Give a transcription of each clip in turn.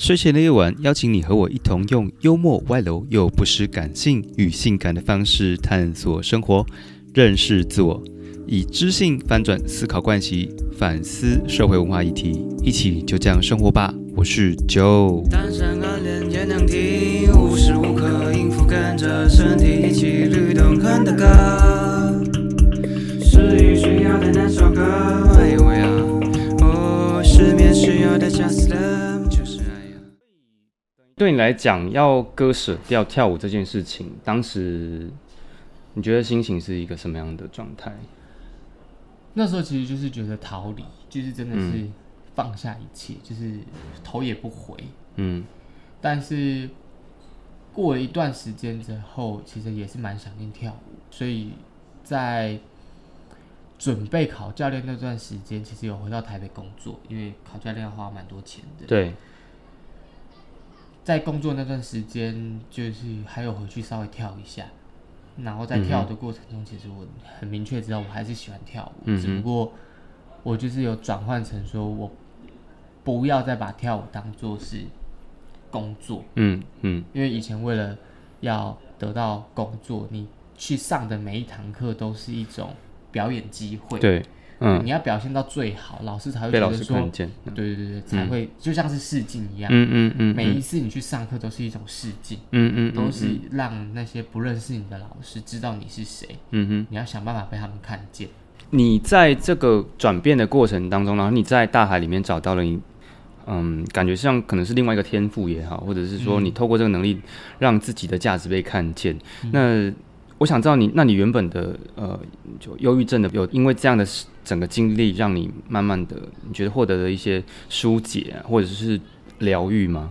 睡前的夜晚，邀请你和我一同用幽默、外露又不失感性与性感的方式探索生活，认识自我，以知性翻转思考惯习，反思社会文化议题，一起就这样生活吧。我是 Joe。 单身暗恋也能听，无时无刻应付，跟着身体一起律动，很大个。失语需要的那首歌，哎呦喂呀，哦，失眠需要的 Just Love 就是爱呀。 对你来讲，要割舍掉跳舞这件事情，当时你觉得心情是一个什么样的状态？ 那时候其实就是觉得逃离，就是真的是放下一切，就是头也不回。但是过了一段时间之后，其实也是蛮想念跳舞，所以在准备考教练那段时间，其实有回到台北工作，因为考教练要花蛮多钱的。 对， 在工作那段时间，就是还有回去稍微跳一下，然后在跳的过程中，其实我很明确知道我还是喜欢跳舞，只不过我就是有转换成说我不要再把跳舞当作是工作，因为以前为了要得到工作，你去上的每一堂课都是一种表演机会， 对， 你要表现到最好，老师才会觉得说， 被老师看见， 对，才会就像是试镜一样，每一次你去上课都是一种试镜，都是让那些不认识你的老师知道你是谁，你要想办法被他们看见。 你在这个转变的过程当中，然后你在大海里面找到了你，感觉像可能是另外一个天赋也好，或者是说你透过这个能力让自己的价值被看见。那我想知道那你原本的就忧郁症的有因为这样的整个经历，让你慢慢的你觉得获得了一些疏解或者是疗愈吗？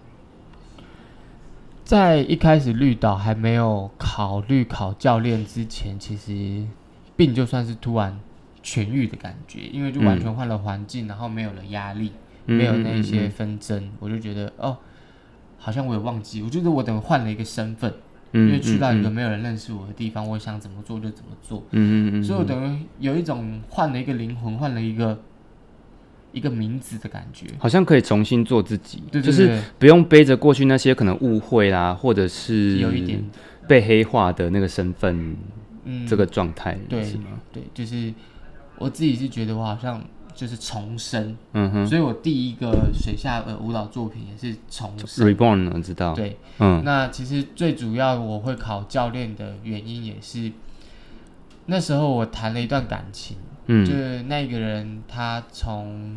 在一开始绿岛还没有考虑考教练之前，其实病就算是突然痊愈的感觉，因为就完全换了环境，然后没有了压力，没有那些纷争，我就觉得好像我有忘记，我觉得我等于换了一个身份，因为去到一个没有人认识我的地方，我想怎么做就怎么做，所以我等于有一种换了一个灵魂，换了一个名字的感觉， 好像可以重新做自己， 对， 就是不用背着过去那些可能误会啦，或者是有一点被黑化的那个身份，这个状态， 对， 是吗？ 对，就是我自己是觉得我好像就是重生，所以我第一个水下舞蹈作品也是重生 Reborn， 我知道， 对，那其实最主要我会考教练的原因也是那时候我谈了一段感情。就是那个人，他从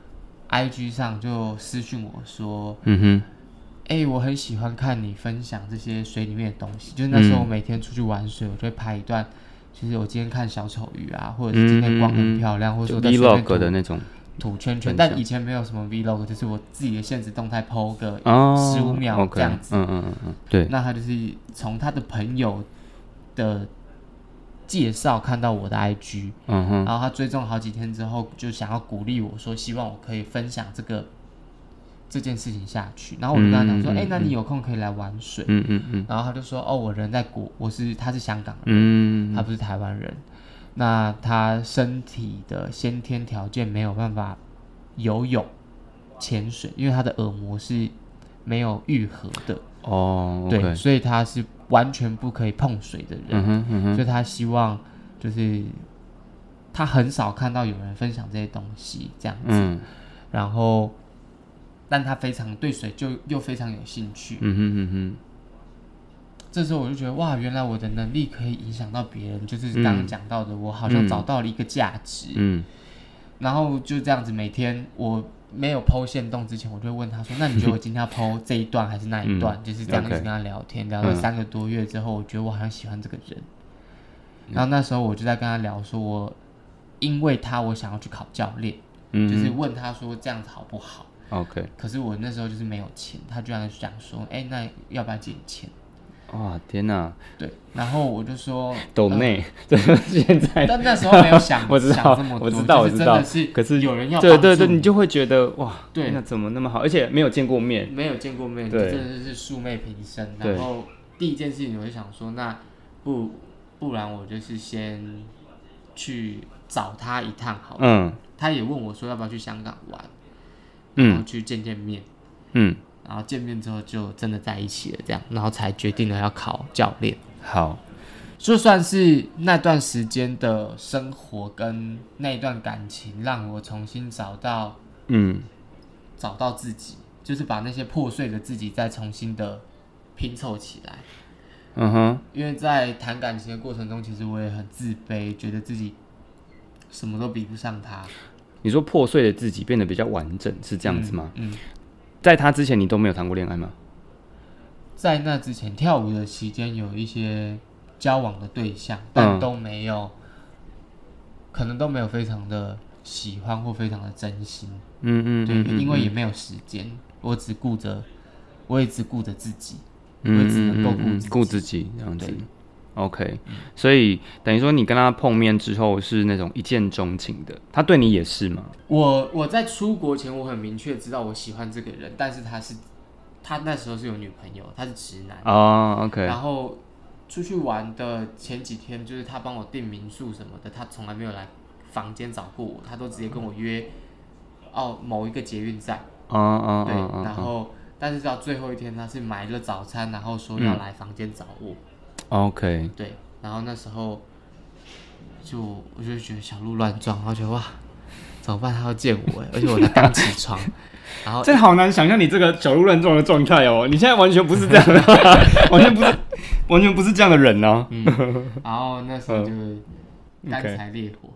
IG 上就私讯我说，我很喜欢看你分享这些水里面的东西。就是那时候我每天出去玩水，我就会拍一段，就是我今天看小丑鱼啊，或者是今天光很漂亮，或者说在水面 Vlog 的那种吐圈圈。但以前没有什么 Vlog， 就是我自己的限时动态 PO 个15秒这样子。 对。 那他就是从他的朋友的介绍看到我的 IG，然后他追踪好几天之后，就想要鼓励我说，希望我可以分享这件事情下去。然后我就跟他讲说，那你有空可以来玩水。然后他就说，我人在他是香港人，他不是台湾人。那他身体的先天条件没有办法游泳、潜水，因为他的耳膜是没有愈合的。对，所以他是完全不可以碰水的人，所以他希望就是他很少看到有人分享这些东西这样子，然后但他非常对水又非常有兴趣，这时候我就觉得哇，原来我的能力可以影响到别人，就是刚刚讲到的，我好像找到了一个价值，然后就这样子每天我没有 po 限动之前，我就会问他说：“那你觉得我今天要 po 这一段还是那一段？”就是这样一直跟他聊天，聊了3个多月之后，我觉得我好像喜欢这个人。然后那时候我就在跟他聊说，我因为我想要去考教练，就是问他说这样子好不好？OK。可是我那时候就是没有钱，他居然讲说：“那要不要借你钱？” 哇，天哪！ 对，然后我就说抖内，现在， 但那时候没有想我知道想这么多， 我知道， 就是真的是， 可是有人要帮助对，你就会觉得哇， 对， 那怎么那么好？而且没有见过面， 真的是素昧平生。然后第一件事情我就想说，那不然我就是先去找他一趟好了。他也问我说要不要去香港玩，然后去见面。 然后见面之后就真的在一起了，这样，然后才决定了要考教练。 好， 就算是那段时间的生活跟那段感情，让我重新找到自己，就是把那些破碎的自己再重新的拼凑起来。因为在谈感情的过程中，其实我也很自卑，觉得自己什么都比不上他。 你说破碎的自己变得比较完整，是这样子吗？在他之前你都没有谈过恋爱吗？ 在那之前，跳舞的期间有一些交往的对象，但都没有，可能都没有非常的喜欢或非常的真心。对，因为也没有时间，我也只顾着自己，我也只能够顾自己这样子。OK，所以等于说你跟他碰面之后是那种一见钟情的，他对你也是吗？ 我在出国前我很明确知道我喜欢这个人，但是他那时候是有女朋友，他是直男。 OK。 然后出去玩的前几天，就是他帮我订民宿什么的，他从来没有来房间找过我，他都直接跟我约某一个捷运站。对，然后但是到最后一天，他是买了早餐，然后说要来房间找我。 OK， 对，然后那时候我就觉得小鹿乱撞，然后觉得哇，怎么办？他要见我而且我才刚起床，然后这好难想象你这个小鹿乱撞的状态哦，你现在完全不是这样的，完全不是这样的人啊。 然后那时候就干柴烈火。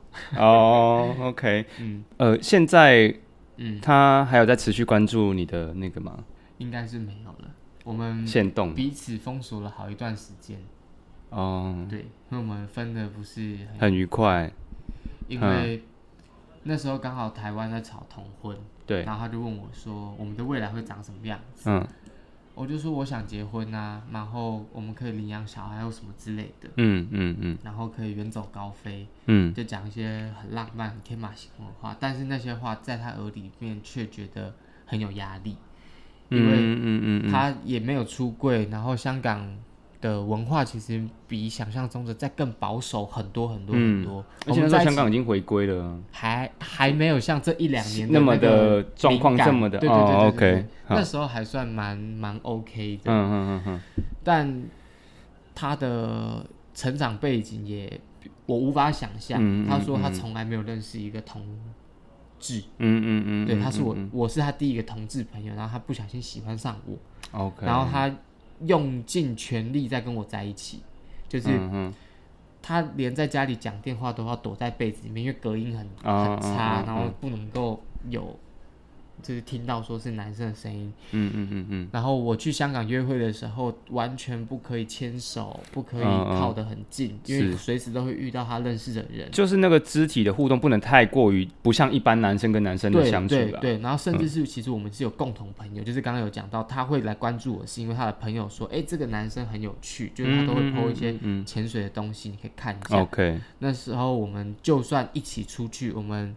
OK， 现在他还有在持续关注你的那个吗？ 应该是没有了，我们限动彼此封锁了好一段时间。对，因为我们分的不是很愉快， 因为那时候刚好台湾在吵同婚， 对， 然后他就问我说我们的未来会长什么样子。我就说我想结婚啊，然后我们可以领养小孩或什么之类的，然后可以远走高飞，就讲一些很浪漫、很天马行空的话，但是那些话在他耳里面却觉得很有压力，因为他也没有出柜，然后香港的文化其实比想象中的再更保守很多很多很多， 而且那时候香港已经回归了， 还没有像这一两年那么的状况这么的， 对 OK， 那时候还算蛮 OK 的，但他的成长背景也我无法想象，他说他从来没有认识一个同志，对，他是我是他第一个同志朋友，然后他不小心喜欢上我，OK， 然后他用尽全力在跟我在一起，就是他连在家里讲电话都要躲在被子里面，因为隔音很差，然后不能够有就是听到说是男生的声音，然后我去香港约会的时候，完全不可以牵手，不可以靠得很近，因为随时都会遇到他认识的人， 就是那个肢体的互动不能太过于不像一般男生跟男生的相处啦， 对，然后甚至是其实我们是有共同朋友，就是刚刚有讲到他会来关注我，是因为他的朋友说，这个男生很有趣，就是他都会 po 一些潜水的东西，你可以看一下。OK， 那时候我们就算一起出去，我们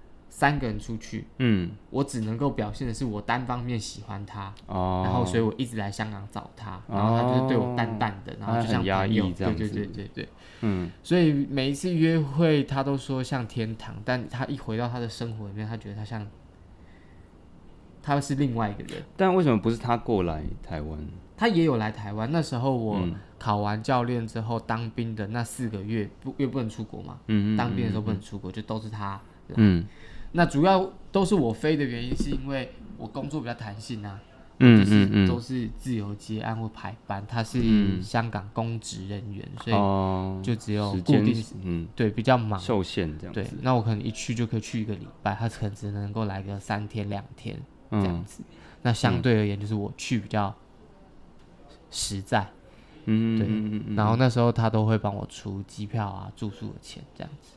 3个人出去，我只能够表现的是我单方面喜欢他，然后所以我一直来香港找他，然后他就是对我淡淡的，然后就像朋友，对，所以每一次约会他都说像天堂，但他一回到他的生活里面，他觉得他是另外一个人。 但为什么不是他过来台湾？ 他也有来台湾，那时候我考完教练之后当兵的那4个月，因为不能出国嘛，当兵的时候不能出国，就都是他来。那主要都是我飞的原因，是因为我工作比较弹性啊，就是都是自由接案或排班，他是香港公职人员，所以就只有固定对，比较忙， 受限这样子。 对，那我可能一去就可以去1个礼拜，他可能只能够来个3天2天这样子。那相对而言，就是我去比较实在，对，然后那时候他都会帮我出机票啊、住宿的钱这样子。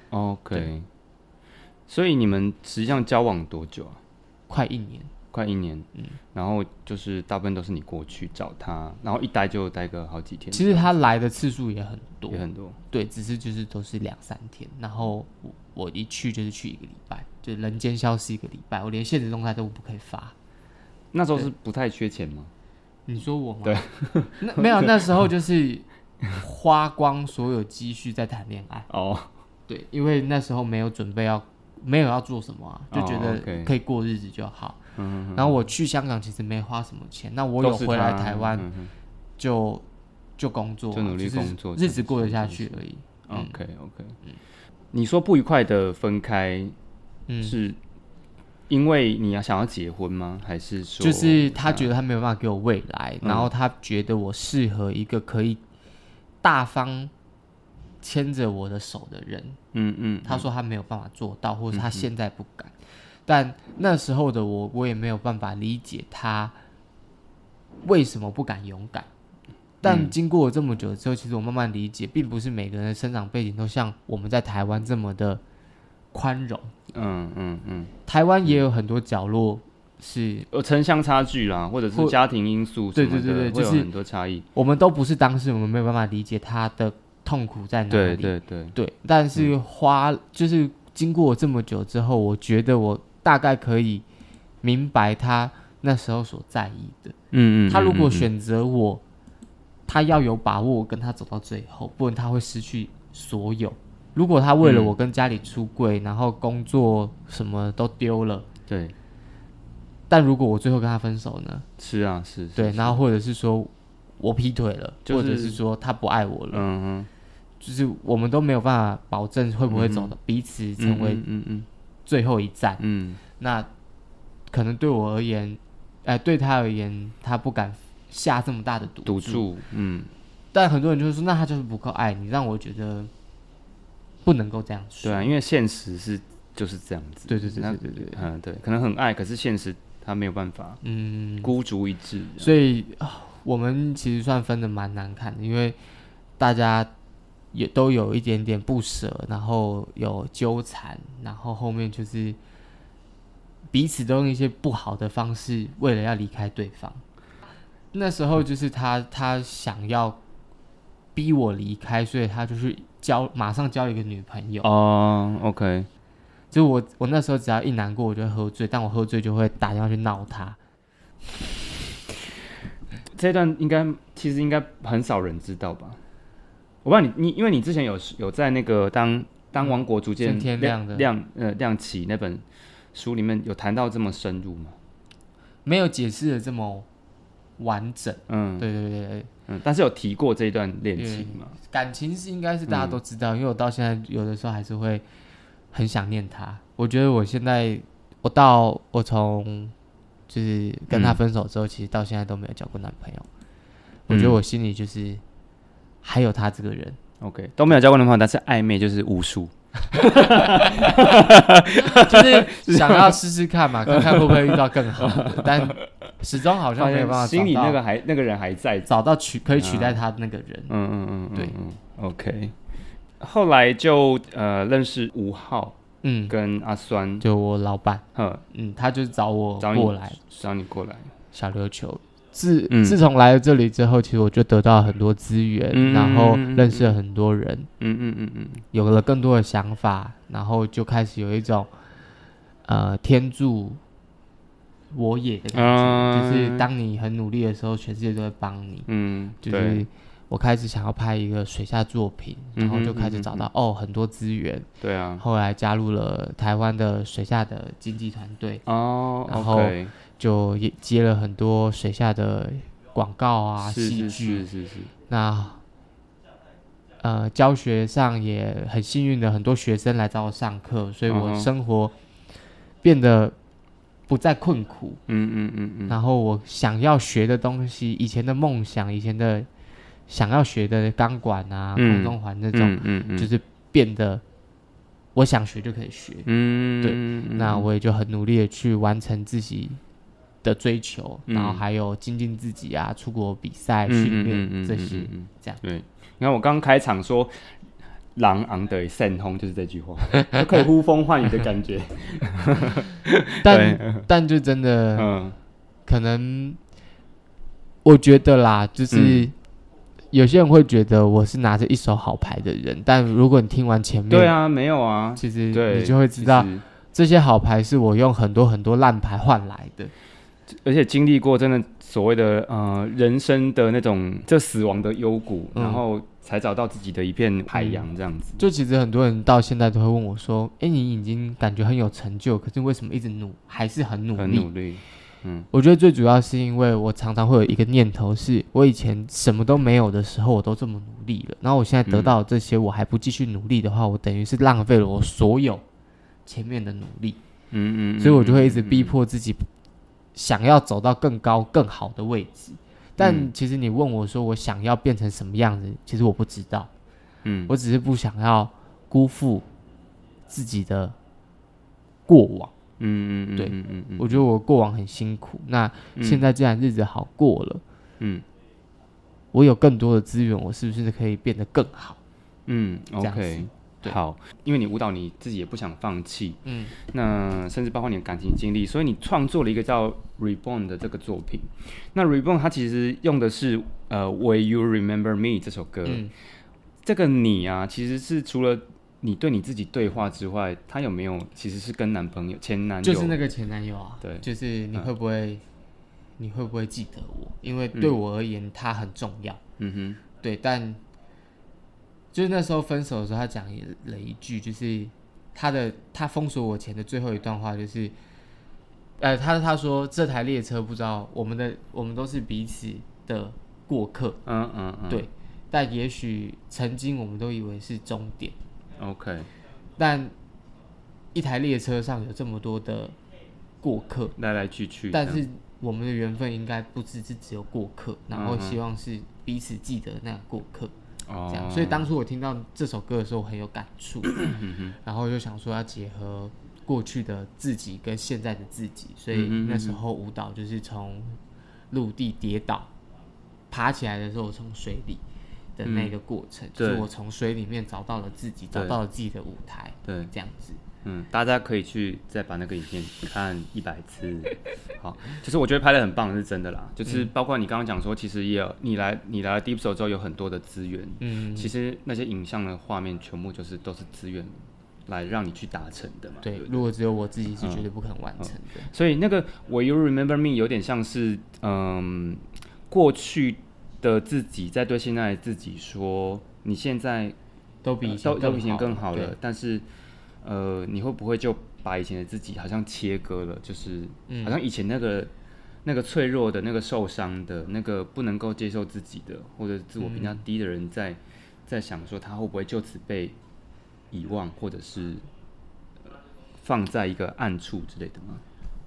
OK。所以你们实际上交往多久啊？ 快1年， 然后就是大部分都是你过去找他，然后一待就待个好几天。 其实他来的次数也很多，对，只是就是都是2-3天，然后我一去就是去1个礼拜，就人间消失1个礼拜，我连现实动态都不可以发。 那时候是不太缺钱吗？ 你说我吗？ 对， 没有，那时候就是花光所有积蓄在谈恋爱。对，因为那时候没有准备要没有要做什么啊，就觉得可以过日子就好。然后我去香港其实没花什么钱，那我有回来台湾就工作， 就努力工作， 日子过得下去而已。 OK， 你说不愉快的分开，是因为你想要结婚吗？还是说就是他觉得他没有办法给我未来，然后他觉得我适合一个可以大方牵着我的手的人。他说他没有办法做到，或者他现在不敢。但那时候的我也没有办法理解他为什么不敢勇敢。但经过了这么久之后，其实我慢慢理解，并不是每个人的生长背景都像我们在台湾这么的宽容。台湾也有很多角落是有城乡差距啦，或者是家庭因素什么的，对，会有很多差异。 我们都不是当事人，我们没有办法理解他的痛苦在哪里。对。但是就是经过这么久之后，我觉得我大概可以明白他那时候所在意的。他如果选择我，他要有把握我跟他走到最后，不然他会失去所有。如果他为了我跟家里出柜，然后工作什么都丢了， 对。 但如果我最后跟他分手呢？ 是啊，是。 对，然后或者是说我劈腿了，或者是说他不爱我了，就是我们都没有办法保证会不会走到彼此成为最后一站。那可能对我而言，对他而言，他不敢下这么大的赌注。但很多人就会说，那他就是不够爱你，让我觉得不能够这样说。 对啊，因为现实就是这样子。对，对，可能很爱，可是现实他没有办法，孤注一掷。 所以我们其实算分得蛮难看的，因为大家也都有一点点不舍，然后有纠缠，然后后面就是彼此都用一些不好的方式，为了要离开对方。那时候就是他想要逼我离开，所以他就是马上交一个女朋友。 OK。 就我那时候只要一难过，我就会喝醉，但我喝醉就会打电话去闹他。 这段其实应该很少人知道吧？我不知道你因为你之前有在那个当王国逐渐亮起那本书里面有谈到这么深入吗？ 没有解释的这么完整。对。 但是有提过这一段恋情吗？ 感情是应该是大家都知道，因为我到现在有的时候还是会很想念他。我觉得我现在我从就是跟他分手之后，其实到现在都没有交过男朋友。我觉得我心里就是还有他这个人。 OK， 都没有交过男朋友，但是暧昧就是无数。 就是想要试试看嘛，看看会不会遇到更好的，但始终好像没有办法找到心里那个人还在， 找到可以取代他的那个人。对。 OK， 后来就认识吴浩，跟阿酸， 就我老板，他就找我过来， 找你过来小琉球。自从来了这里之后，其实我就得到很多资源，然后认识了很多人，有了更多的想法，然后就开始有一种天助我也的感觉，就是当你很努力的时候，全世界都会帮你。就是我开始想要拍一个水下作品，然后就开始找到很多资源。 对啊， 后来加入了台湾的水下的经纪团队。然后就也接了很多水下的广告啊、戏剧。是。那教学上也很幸运的，很多学生来找我上课，所以我生活变得不再困苦。然后我想要学的东西，以前的梦想，以前的想要学的钢管啊、空中环那种，就是变得我想学就可以学。对。那我也就很努力的去完成自己的追求，然后还有精进自己啊，出国比赛、训练这些，这样。对， 你看我刚开场说“狼昂的圣通”就是这句话，就可以呼风唤雨的感觉。 但就真的，可能我觉得啦，就是有些人会觉得我是拿着一手好牌的人，但如果你听完前面， 对啊，没有啊， 其实你就会知道，这些好牌是我用很多很多烂牌换来的。 而且经历过真的所谓的人生的那种这死亡的幽谷，然后才找到自己的一片海洋这样子。 就其实很多人到现在都会问我说：“你已经感觉很有成就，可是为什么一直还是很努力？” 很努力。 我觉得最主要是因为我常常会有一个念头是，我以前什么都没有的时候，我都这么努力了，然后我现在得到这些，我还不继续努力的话，我等于是浪费了我所有前面的努力。所以我就会一直逼迫自己，想要走到更高、更好的位置。但其实你问我说我想要变成什么样子，其实我不知道。我只是不想要辜负自己的过往。对，我觉得我过往很辛苦，那现在既然日子好过了，我有更多的资源，我是不是可以变得更好 ？OK， 好，因为你舞蹈你自己也不想放弃，那甚至包括你的感情经历，所以你创作了一个叫 Reborn 的这个作品。那 Reborn 它其实用的是Will You Remember Me 这首歌，这个你啊，其实是除了你对你自己对话之外，他有没有其实是跟男朋友、前男友？ 就是那个前男友啊， 对， 就是你会不会记得我？因为对我而言，他很重要。对，但就是那时候分手的时候，他讲了一句，就是他封锁我前的最后一段话，就是他说这台列车不知道我们都是彼此的过客，对，但也许曾经我们都以为是终点。 OK， 但一台列车上有这么多的过客， 来来去去， 但是我们的缘分应该不只有过客，然后希望是彼此记得那个过客，这样。所以当初我听到这首歌的时候，我很有感触，然后就想说要结合过去的自己跟现在的自己，所以那时候舞蹈就是从陆地跌倒，爬起来的时候从水里的那个过程，就是我从水里面找到了自己，找到了自己的舞台，对，这样子。 大家可以去再把那个影片看100次。好，就是我觉得拍得很棒，是真的啦。就是包括你刚刚讲说，其实也有你来了 Deep Soul 之后有很多的资源，其实那些影像的画面全部都是资源来让你去达成的嘛。 对，如果只有我自己是绝对不可能完成的。 所以那个 Will You Remember Me 有点像是过去的自己在对现在的自己说，你现在都比以前更好了，但是你会不会就把以前的自己好像切割了？就是好像以前那个脆弱的、那个受伤的、那个不能够接受自己的，或者自我评价低的人在想说，他会不会就此被遗忘，或者是放在一个暗处之类的吗？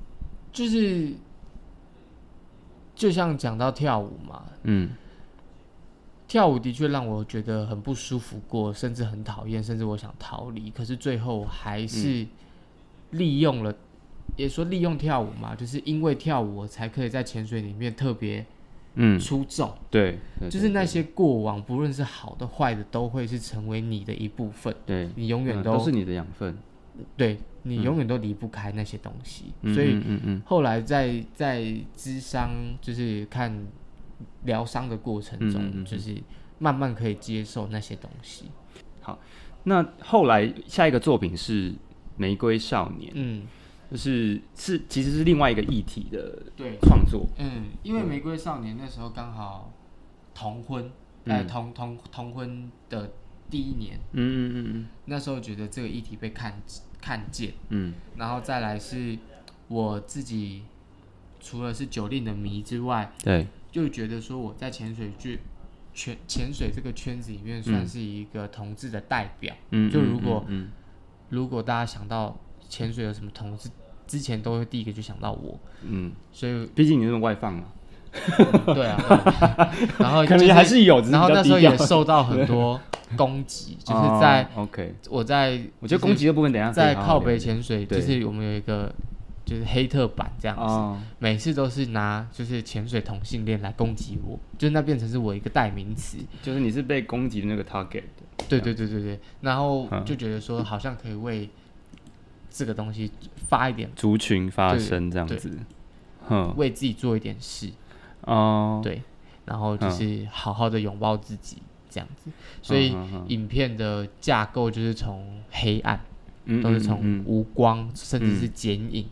就像讲到跳舞嘛，跳舞的确让我觉得很不舒服过，甚至很讨厌，甚至我想逃离。可是最后还是利用了，也说利用跳舞嘛，就是因为跳舞我才可以在潜水里面特别出众。 对， 就是那些过往，不论是好的坏的，都会是成为你的一部分。 对， 你永远都是你的养分。 对，你永远都离不开那些东西。所以后来在諮商，就是看疗伤的过程中，就是慢慢可以接受那些东西。 好，那后来下一个作品是《玫瑰少年》，就是其实是另外一个议题的创作。 因为《玫瑰少年》那时候刚好同婚，同婚的第一年，那时候觉得这个议题被看见，然后再来是我自己除了是酒令的迷之外，对，就觉得说我在潜水这个圈子里面算是一个同志的代表，就如果大家想到潜水有什么同志，之前都会第一个就想到我，所以毕竟你那么外放嘛， 对啊，然后可能还是有， 然后那时候也受到很多攻击，就是在我觉得攻击的部分等一下在靠北潜水，就是我们有一个就是黑特版这样子，每次都是拿就是潜水同性恋来攻击我，就是那变成是我一个代名词， 就是你是被攻击的那个 target 的。 对，然后就觉得说好像可以为这个东西发一点族群发声这样子， 为自己做一点事，对，然后就是好好的拥抱自己这样子，所以影片的架构就是从黑暗，都是从无光甚至是剪影，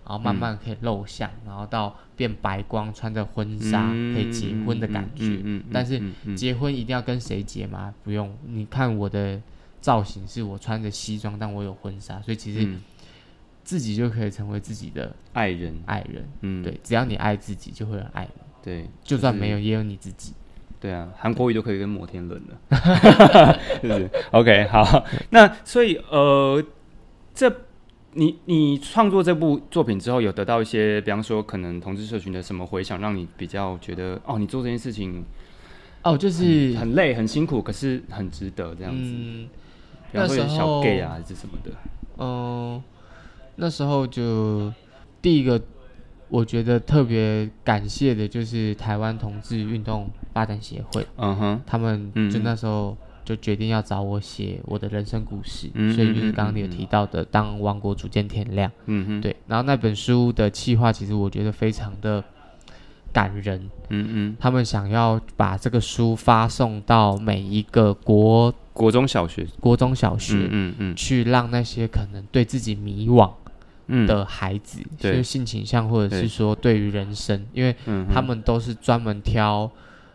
然后慢慢可以露相，然后到变白光，穿着婚纱可以结婚的感觉。但是结婚一定要跟谁结吗？不用，你看我的造型是我穿着西装，但我有婚纱，所以其实自己就可以成为自己的爱人。对，只要你爱自己，就会有人爱你。对，就算没有，也有你自己。 对啊，韩国语都可以跟摩天轮了，是不是 ？OK， 好，那所以你创作这部作品之后，有得到一些，比方说可能同志社群的什么回响，让你比较觉得你做这件事情就是很累很辛苦，可是很值得这样子。比方说有小 gay 啊还是什么的。 那时候就第一个。我觉得特别感谢的就是台湾同志运动发展协会，他们就那时候就决定要找我写我的人生故事，所以就是刚刚你有提到的当王国逐渐天亮，对，然后那本书的企划其实我觉得非常的感人，他们想要把这个书发送到每一个国中小学，去让那些可能对自己迷惘的孩子，就是性倾向或者是说对于人生，因为他们都是专门挑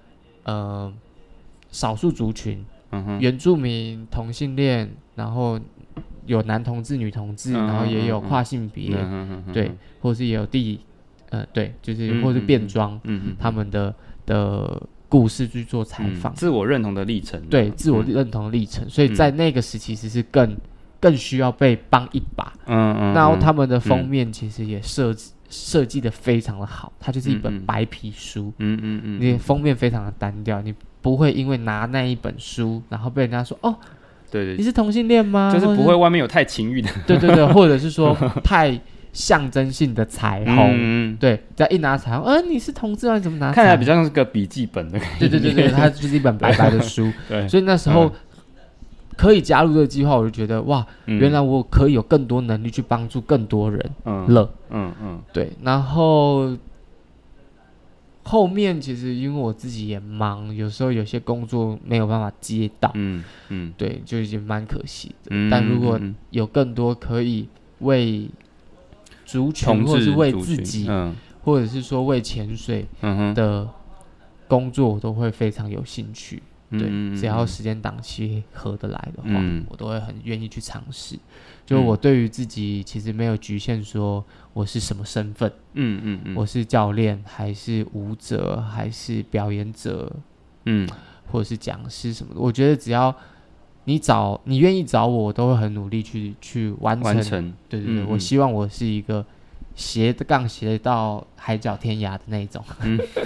少数族群，原住民、同性恋，然后有男同志、女同志，然后也有跨性别，对，或者是也有对，就是或者是变装，他们的故事去做采访， 自我认同的历程， 对，自我认同的历程，所以在那个时期其实更需要被帮一把。然后他们的封面其实也设计的非常的好，它就是一本白皮书。你封面非常的单调，你不会因为拿那一本书，然后被人家说对， 你是同性恋吗？ 就是不会外面有太情欲的， 对，或者是说太象征性的彩虹，对，再一拿彩虹，你是同志啊？你怎么拿彩虹？ 看起来比较像是个笔记本的感觉。 对，它就是一本白白的书。对，所以那时候。可以加入这个计划，我就觉得哇，原来我可以有更多能力去帮助更多人了。对。然后后面其实因为我自己也忙，有时候有些工作没有办法接到，对，就已经蛮可惜的。但如果有更多可以为族群或者是为自己，或者是说为潜水的工作，我都会非常有兴趣。对，只要时间档期合得来的话，我都会很愿意去尝试。就我对于自己其实没有局限，说我是什么身份，我是教练还是舞者还是表演者，或者是讲师什么的。我觉得只要你愿意找我，我都会很努力去完成。对，我希望我是一个斜到海角天涯的那一种。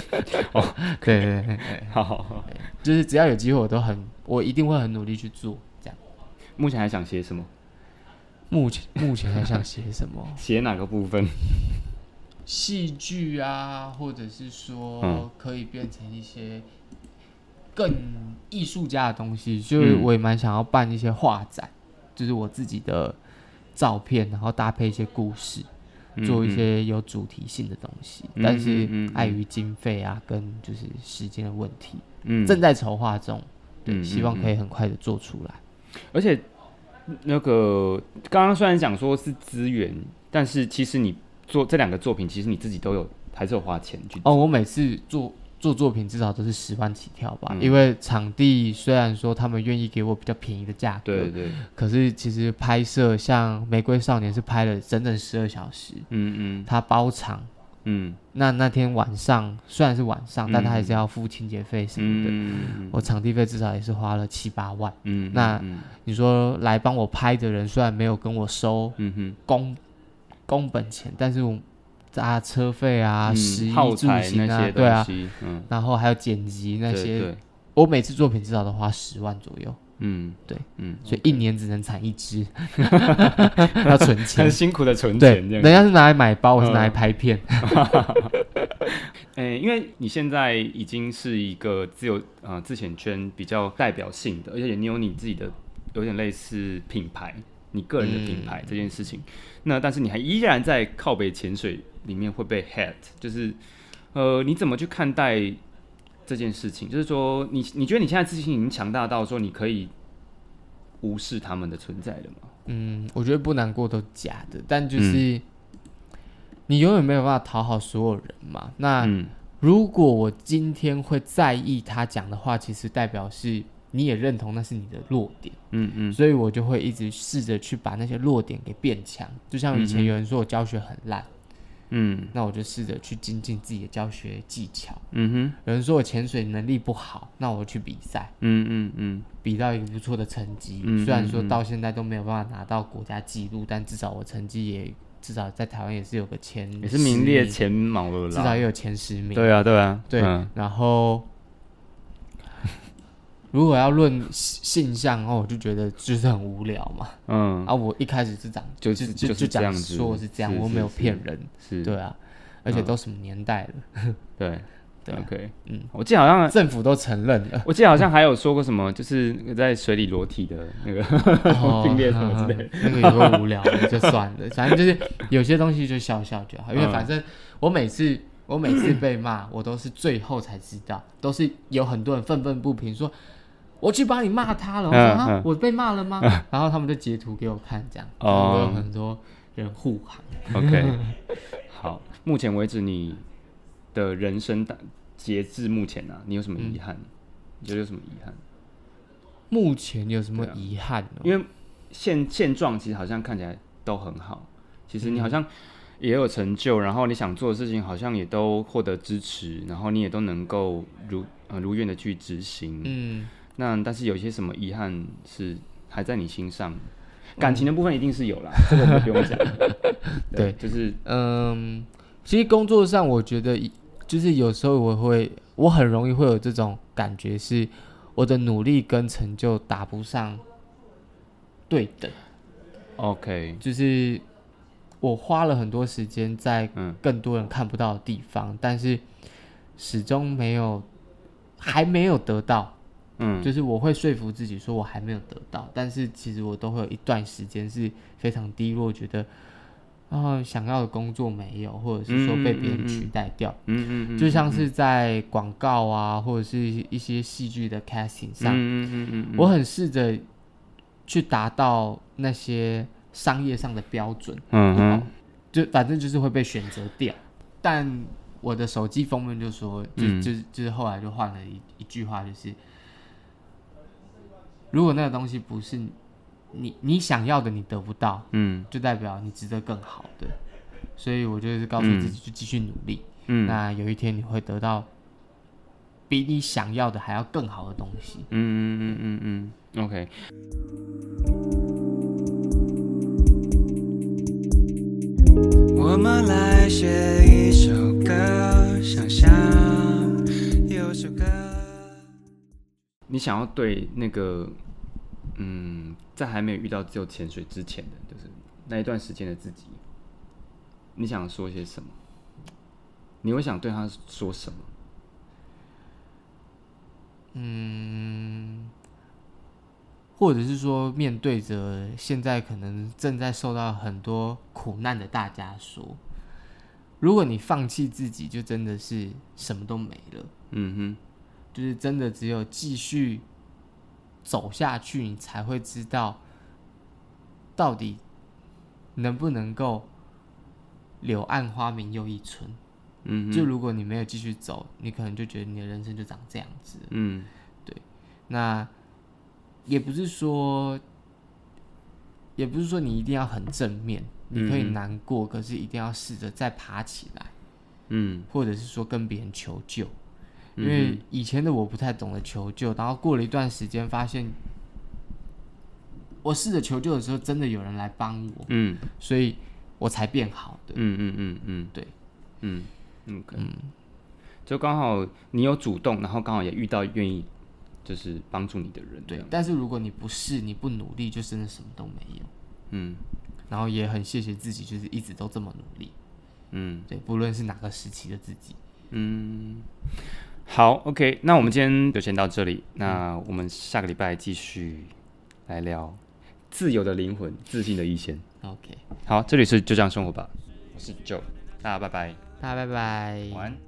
对，好，就是只要有机会，我一定会很努力去做。这样。 目前还想写什么？ 目前还想写什么？ 写哪个部分？ 戏剧啊，或者是说可以变成一些更艺术家的东西。就是我也蛮想要办一些画展，就是我自己的照片，然后搭配一些故事。做一些有主题性的东西，但是碍于经费啊跟就是时间的问题，正在筹划中，对，希望可以很快的做出来。 而且那个刚刚虽然讲说是资源，但是其实你做这两个作品，其实你自己都有还是有花钱去做。 我每次做作品至少都是10万起跳吧，因为场地虽然说他们愿意给我比较便宜的价格，对，可是其实拍摄像《玫瑰少年》是拍了整整12小时，他包场，那天晚上虽然是晚上，但他还是要付清洁费什么的，我场地费至少也是花了7、8万，那你说来帮我拍的人虽然没有跟我收工本钱，但是我车费啊、食衣住行啊，对啊，然后还有剪辑那些，我每次作品至少都花10万左右。对，所以1年只能产1支，要存钱， 很辛苦的存钱。 对，人家是拿来买包，我是拿来拍片。 因为你现在已经是一个自潜圈比较代表性的，而且你有你自己的有点类似品牌，你个人的品牌这件事情。那但是你还依然在靠北潜水里面会被 hate， 就是你怎么去看待这件事情？就是说你觉得你现在自信已经强大到说你可以无视他们的存在了吗？ 我觉得不难过都假的，但就是你永远没有办法讨好所有人嘛。那如果我今天会在意他讲的话，其实代表是你也认同那是你的弱点，所以我就会一直试着去把那些弱点给变强。就像以前有人说我教学很烂，那我就试着去精进自己的教学技巧。有人说我潜水能力不好，那我去比赛，比到一个不错的成绩。虽然说到现在都没有办法拿到国家纪录，但至少我成绩也至少在台湾也是有个也是名列前茅了啦， 至少也有前10名。 对啊，对啊， 对。然后如果要论性向我就觉得就是很无聊嘛。我一开始是就讲说我是这样，我没有骗人，对啊，而且都什么年代了， 对。OK， 我记得好像政府都承认了。 我记得好像还有说过什么，就是在水里裸体的那个并列什么之类的， 那个有够无聊的，就算了。反正就是有些东西就笑笑就好，因为反正我每次被骂，我都是最后才知道，都是有很多人愤愤不平说。我去帮你骂他了，我说我被骂了吗？然后他们就截图给我看，这样，有很多人护航。 OK， 好，目前为止你的人生截至目前你有什么遗憾？你觉得有什么遗憾？ 目前有什么遗憾？ 因为现状其实好像看起来都很好，其实你好像也有成就，然后你想做的事情好像也都获得支持，然后你也都能够如愿的去执行。但是有些什么遗憾是还在你心上？感情的部分一定是有啦，这个我们不用讲。对，就是其实工作上我觉得就是有时候我很容易会有这种感觉，是我的努力跟成就达不上对等。 OK， 就是我花了很多时间在更多人看不到的地方，但是始终还没有得到。就是我会说服自己说我还没有得到，但是其实我都会有一段时间是非常低落，觉得想要的工作没有，或者是说被别人取代掉。就像是在广告啊，或者是一些戏剧的 casting 上，我很试着去达到那些商业上的标准，就反正就是会被选择掉。但我的手机封面就说，就是后来就换了一句话，就是如果那个东西不是你想要的，你得不到，就代表你值得更好的。所以我就是告诉自己，就继续努力。那有一天你会得到比你想要的还要更好的东西。 OK。 我们来写一首歌，想象有首歌。 你想要对那个在还没有遇到自由潜水之前的，就是那一段时间的自己，你想说些什么？你会想对他说什么？ 或者是说面对着现在可能正在受到很多苦难的大家说，如果你放弃自己，就真的是什么都没了。就是真的只有继续走下去，你才会知道到底能不能够柳暗花明又一村。就如果你没有继续走，你可能就觉得你的人生就长这样子。对。那也不是说你一定要很正面，你可以难过，可是一定要试着再爬起来。或者是说跟别人求救。因为以前的我不太懂得求救，然后过了一段时间发现我试着求救的时候真的有人来帮我，所以我才变好的。对。 就刚好你有主动，然后刚好也遇到愿意就是帮助你的人。 对，但是如果你不试，你不努力，就真的什么都没有。然后也很谢谢自己，就是一直都这么努力。对，不论是哪个时期的自己。 好 ，OK， 那我们今天就先到这里。那我们下个礼拜继续来聊自由的灵魂，自信的一线。 OK， 好，这里是就这样生活吧，我是 Joe，大家拜拜， 大家拜拜， 晚安。